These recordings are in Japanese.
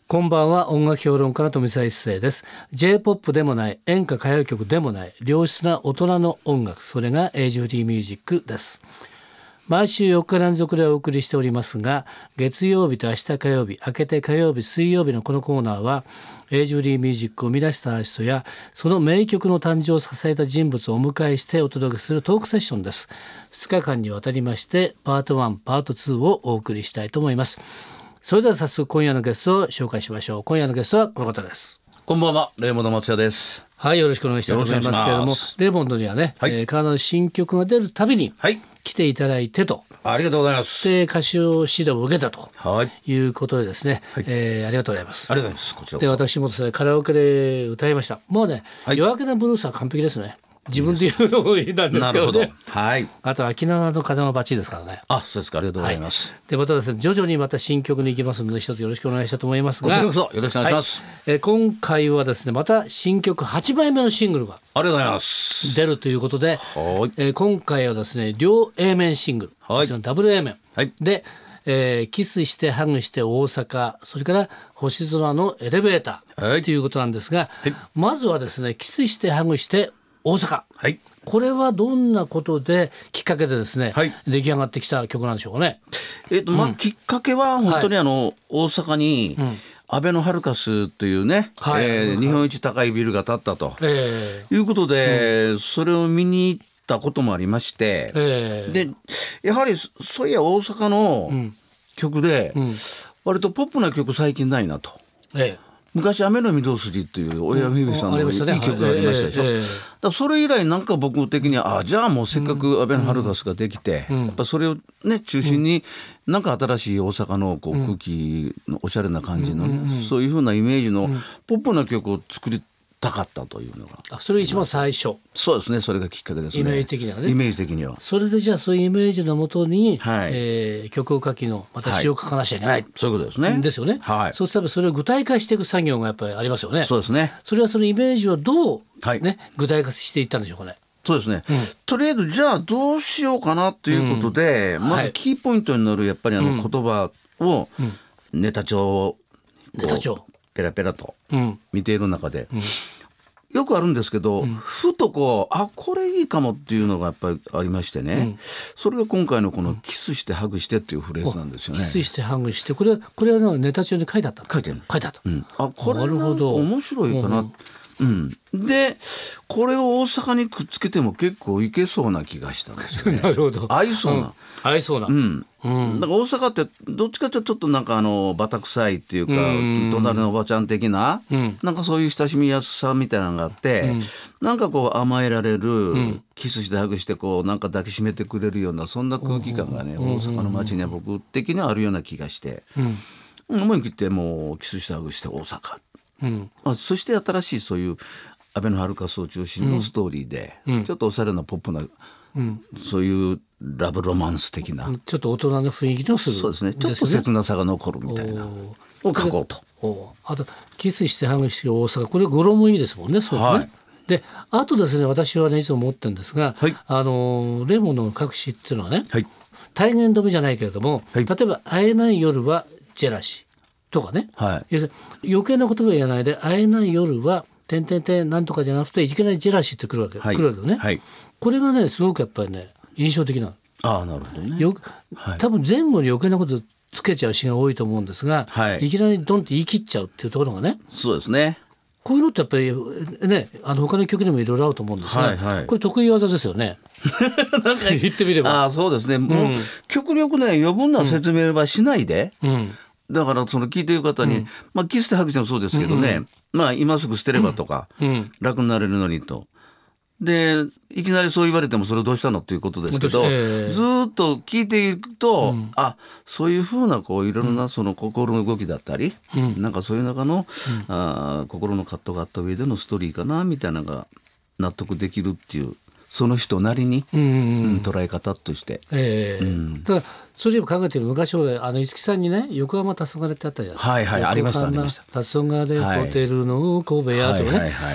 こんばんは、音楽評論家の富澤一世です。 J-POP でもない演歌歌謡曲でもない良質な大人の音楽、それが AGD ミュージックです。毎週4日連続でお送りしておりますが、月曜日と明日火曜日、明けて火曜日水曜日のこのコーナーは AGD ミュージックを生み出したアーティストやその名曲の誕生を支えた人物をお迎えしてお届けするトークセッションです。2日間にわたりましてパート1パート2をお送りしたいと思います。それでは早速今夜のゲストを紹介しましょう。今夜のゲストはこの方です。 こんばんは、レイモンド松也です。 はい、よろしくお願いしたいと思いますけれども、レイモンドにはね、体の新曲が出るたびに来ていただいてと、 ありがとうございます。 で歌手指導を受けたということでですね、ありがとうございます。 ありがとうございます。こちらで私もですねカラオケで歌いました。もうね、夜明けのブルースは完璧ですね。自分で言うのもいいなんですけどね。あと秋七の風のバッチリですからね。 あ、そうですか、ありがとうございます。 でまたですね、徐々にまた新曲に行きますので一つよろしくお願いしたいと思いますが、 こちらこそよろしくお願いします。 今回はですねまた新曲8枚目のシングルがありがとうございます出るということで、今回はですね両 A 面シングル、ダブル A 面、で、キスしてハグして大阪、それから星空のエレベーターということなんですが、まずはですねキスしてハグして大阪、これはどんなことできっかけでですね、出来上がってきた曲なんでしょうかね。 きっかけは本当に大阪に、アベノハルカスというね、日本一高いビルが建ったと、いうことで、それを見に行ったこともありまして、でやはりそういや大阪の曲で、割とポップな曲最近ないなと。昔雨の御堂筋っていう親フィビさんのいい曲がありましたでしょ。だからそれ以来なんか僕的にはじゃあもうせっかくアベノハルカスができて、やっぱそれをね中心になんか新しい大阪のこう空気のおしゃれな感じの、そういう風なイメージのポップな曲を作りたかったというのが、 それが一番最初。 そうですね、それがきっかけですね。 イメージ的にはね。 イメージ的にはそれでじゃあそういうイメージのもとに、曲を書きのまた詩を書かなきゃいけない、 そういうことですね。 ですよね。そうしたらそれを具体化していく作業がやっぱりありますよね。 そうですね。 それはそのイメージをどう、具体化していったんでしょうかね。 そうですね、とりあえずじゃあどうしようかなということで、まずキーポイントになるやっぱり言葉をネタ帳ペラペラと見ている中で、よくあるんですけど、ふとこれいいかもっていうのがやっぱりありましてね、それが今回のこのキスしてハグしてっていうフレーズなんですよね。 キスしてハグして、これはネタ帳に書いてあった。 書いてある。これなんか面白いかな。でこれを大阪にくっつけても結構いけそうな気がしたんですよね。 なるほど。 合いそうな、 だから大阪ってどっちかというとちょっとなんかバタ臭いっていうか、隣のおばちゃん的な、なんかそういう親しみやすさみたいなのがあって、なんかこう甘えられる、キスしてハグしてこうなんか抱きしめてくれるようなそんな空気感がね、大阪の街には僕的にはあるような気がして、思い切ってもうキスしてハグして大阪、そして新しいそういうアベノハルカスを中心のストーリーで、ちょっとおしゃれなポップな、そういうラブロマンス的な、 ちょっと大人の雰囲気のする、 そうですね、ちょっと切なさが残るみたいなを書こうと。 あとキスしてハグして大阪、これ語呂もいいですもんね。そうね。であとですね、私はねいつも思ってるんですが、レモンの隠しっていうのはね、体言止めじゃないけれども、例えば会えない夜はジェラシーとかね、余計な言葉を言わないで会えない夜はてんてんてんなんとかじゃなくていけないジェラシーってくるわけよね。これがねすごくやっぱりね印象的なの。なるほどね。 多分前後に余計なことつけちゃう詩が多いと思うんですが、いきなりドンって言い切っちゃうっていうところがね。 そうですね。 こういうのってやっぱりね、他の曲にもいろいろあると思うんですが、これ得意技ですよね。なんか言ってみれば。 そうですね。もう極力ね余分な説明はしないで、だからその聞いている方に、キスしてハグしてもそうですけどね、今すぐ捨てればとか、楽になれるのにと。でいきなりそう言われてもそれどうしたのということですけど、ずっと聞いていくと、そういうふうなこういろいろなその心の動きだったり、なんかそういう中の、心の葛藤があった上でのストーリーかなみたいなのが納得できるっていう、その人なりに、捉え方として、 ただそれを考えてる昔ほど五木さんにね横浜黄昏ってあったじゃないですか。 ありましたありました。 黄昏ホテルの神戸屋とかね、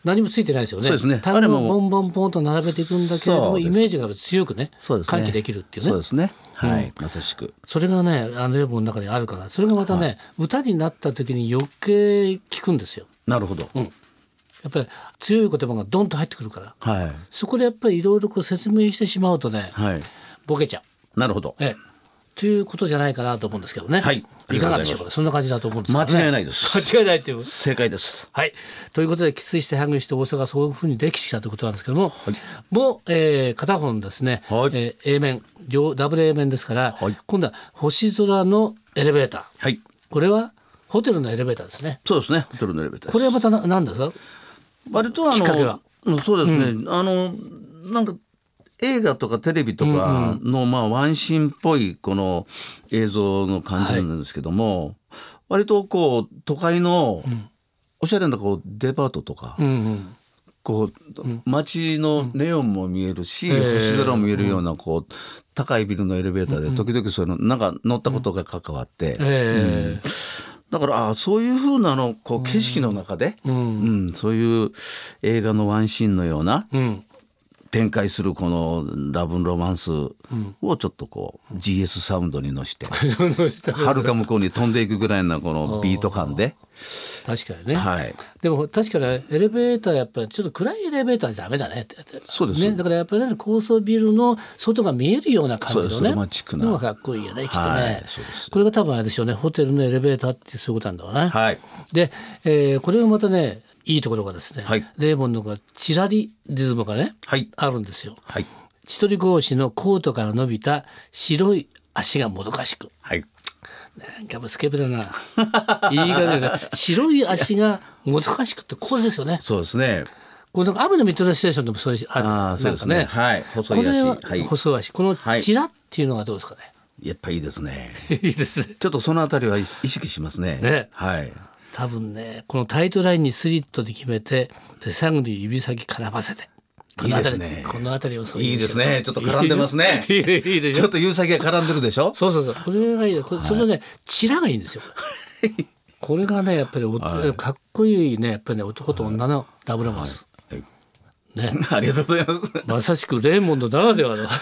何もついてないですよね。 そうですね。 単語をボンボンポンと並べていくんだけれども、イメージが強くね、喚起できるっていうね。 そうですね。はい、まさしく。 それがね、レーボンの中にあるから、それがまたね、歌になった時に余計聞くんですよ。 なるほど。 やっぱり強い言葉がドンと入ってくるから、そこでやっぱりいろいろ説明してしまうとね、ボケちゃう。 なるほど。 ということじゃないかなと思うんですけどね。いかがでしょうかね。そんな感じだと思うんですけどね。 間違いないです。 間違いないっていう。 正解です。 はい。ということで、喫水してハグして大阪そういうふうに歴史したということなんですけども、もう、片方のですね、A 面ダブル A 面ですから、今度は星空のエレベーター。これはホテルのエレベーターですね。 そうですね。ホテルのエレベーター。 これはまた何ですか。 割ときっかけは。そうですね。なんか映画とかテレビとかのワンシーンっぽいこの映像の感じなんですけども、割とこう都会のおしゃれなこうデパートとか、こう街のネオンも見えるし、星空も見えるようなこう高いビルのエレベーターで時々そういうのなんか乗ったことが関わって、だからそういう風なこう景色の中で、そういう映画のワンシーンのような、展開するこのラブロマンスをちょっとこう GS サウンドに乗せてはるか向こうに飛んでいくぐらいのこのビート感で。 確かにね、でも確かにエレベーターやっぱりちょっと暗いエレベーターじゃダメだねって。 そうですね。 だからやっぱり、ね、高層ビルの外が見えるような感じのね、 ロマンチックなのがかっこいいよね、きっとね。これが多分あれでしょうね、ホテルのエレベーターってそういうことなんだろうね。で、これがまたねいいところがですね、レーボンのがチラリリズムがね、あるんですよ。一人格子のコートから伸びた白い足がもどかしく、なんかもうスケベだな言い方でね、白い足がもどかしくってこれですよね。 そうですね。 これなんか雨のミッドナイトステーションでもそういうある。そうですね。 細い足。 細い足。このチラっていうのはどうですかね。 やっぱいいですね。 いいですね。 ちょっとそのあたりは意識しますね。 多分ね、このタイトラインにスリットで決めて手探り指先絡ませて、 いいですね。 このあたりをそういいですね。ちょっと絡んでますね。 いいでしょ。 ちょっと指先が絡んでるでしょ。 そうこれがいい。そのねチラがいいんですよ。これがねやっぱりかっこいいね、やっぱりね、男と女のラブロマンス。ね、 ありがとうございます。 まさしくレーモンドならではの。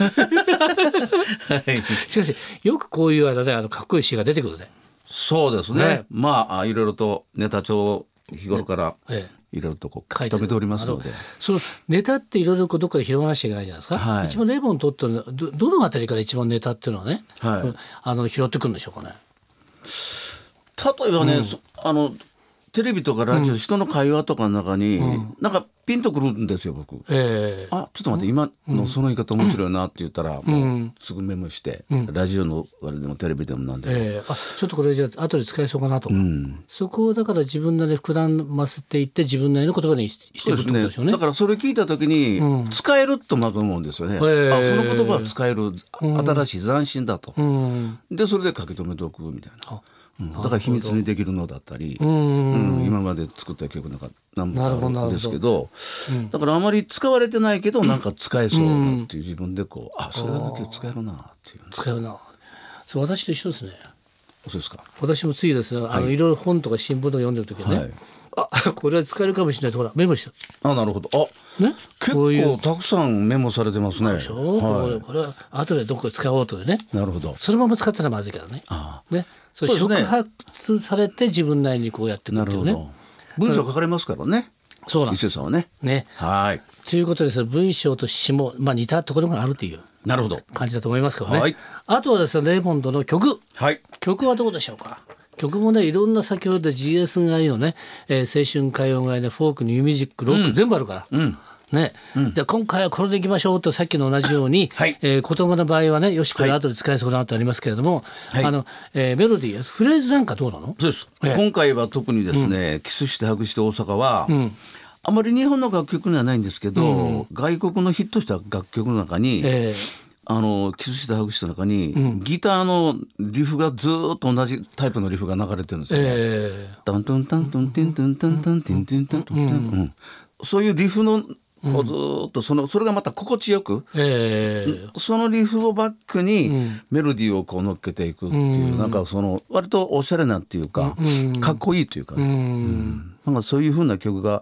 しかしよくこういう間でかっこいい詩が出てくるね。 そうですね。いろいろとネタ帳日頃からいろいろとこう書き留めておりますので、 そのネタっていろいろどっかで広がらなきゃいけないじゃないですか。一番レーモンにとってどのあたりから一番ネタっていうのはね、拾ってくるんでしょうかね。 例えばね、テレビとかラジオ、人の会話とかの中に、なんかピンとくるんですよ僕。ちょっと待って、今のその言い方面白いなって言ったら、もうすぐメモして、ラジオのあれでもテレビでもなんで、 ちょっとこれじゃあ後で使えそうかなとか、そこをだから自分なりに膨らませていって自分なりの言葉にしていくってことでしょうね。 だからそれ聞いた時に、使えるとまず思うんですよね。その言葉は使える、新しい斬新だと、でそれで書き留めておくみたいな。だから秘密にできるのだったり、今まで作った曲なんか何もかあるんですけど、だからあまり使われてないけどなんか使えそうなっていう、自分でこうそれはだけ使えるなっていう。 使えるな。そう私と一緒ですね。 そうですか。 私もついですね、いろいろ本とか新聞とか読んでる時はね、これは使えるかもしれないとほらメモしてる。 なるほど。結構たくさんメモされてますね。 これは後でどこか使おうとでね。 なるほど。 そのまま使ったらまずいからね。それ触発されて自分なりにこうやっていくっていうね。 文章書かれますからね。 そうなんです。 伊勢さんはね。 ということで、文章と詩も似たところがあるという感じだと思いますけどね。あとはですね、レーモンドの曲。曲はどうでしょうか。曲もね、いろんな先ほどで GS がいいのね、青春歌謡がいいね、フォークニューミュージックロック全部あるからね。で今回はこれでいきましょうと、さっきの同じように、言葉の場合はね、よしこれ後で使えそうだなとありますけれども、メロディーフレーズなんかどうなの。 そうです。今回は特にですね、キスしてハグして大阪は、あまり日本の楽曲にはないんですけど、外国のヒットした楽曲の中に、キスしてハグしての中に、ギターのリフがずっと同じタイプのリフが流れてるんですよね。タントンタントンテントンタンタンテンテンタントンタン、そういうリフのこうずっとそれがまた心地よく、そのリフをバックにメロディーをこう乗っけていくっていう、なんか割とおしゃれなっていうか、かっこいいというか、なんかそういう風な曲が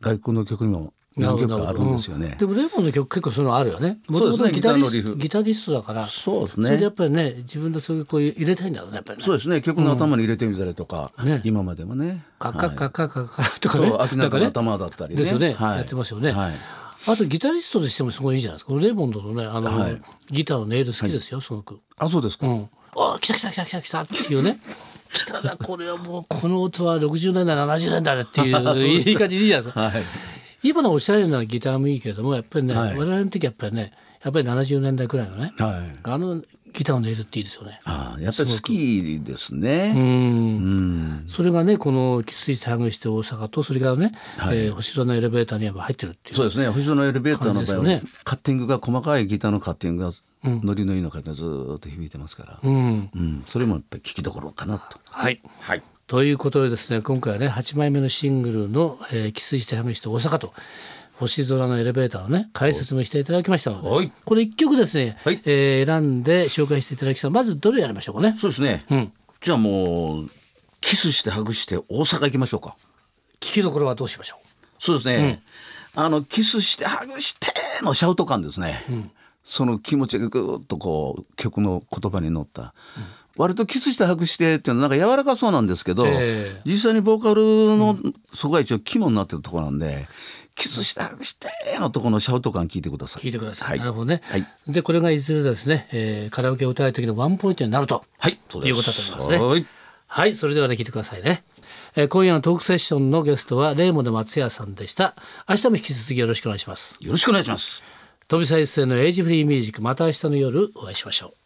外国の曲にも何曲かあるんですよね。 でもレモンの曲結構そういうのあるよね。もともとギタリストだから。 そうですね。 それでやっぱりね自分でそういうこう入れたいんだろうねやっぱりね。 そうですね。曲の頭に入れてみたりとか、今までもね。 カッカッカッカッカッカッとかね。 そう秋中の頭だったりね。 ですよね。やってますよね。あとギタリストとしてもすごいいいじゃないですか。レモンドのねギターの音色好きですよすごく。 あ、そうですか。 あ、来た来た来た来た来たっていうね。来たなこれはもうこの音は60年代70年代だっていういい感じでいいじゃないですか。今のおしゃれなギターもいいけれどもやっぱりね、我々の時やっぱり70年代くらいのね、ギターの音色っていいですよね。 やっぱり好きですね。 それがねこのキスしてハグして大阪とそれからね、星空のエレベーターに入ってるっていう。 そうですね。星空のエレベーターの場合はカッティングが細かいギターのカッティングがノリのいいのかずっと響いてますから、それもやっぱり聞きどころかなと。 ということでですね今回はね8枚目のシングルの「キスしてハグして大阪」と星空のエレベーターをね解説もしていただきましたので、これ1曲ですね、選んで紹介していただきたい。まずどれやりましょうかね。 そうですね、じゃあもうキスしてハグして大阪行きましょうか。 聞きどころはどうしましょう。 そうですね、キスしてハグしてのシャウト感ですね、その気持ちがぐーっとこう曲の言葉に乗った、割とキスしてハグしてっていうのはなんか柔らかそうなんですけど、実際にボーカルのそこが一応肝になってるところなんで、キスしてハグしてのところのシャウト感聞いてください。 聞いてください。なるほどね。でこれがいずれですね、カラオケを歌う時のワンポイントになると、いうことだと思いますね。はい、それではね聞いてくださいね。今夜のトークセッションのゲストはレイモンド松也さんでした。明日も引き続きよろしくお願いします。 よろしくお願いします。 飛び再生のエイジフリーミュージック、また明日の夜お会いしましょう。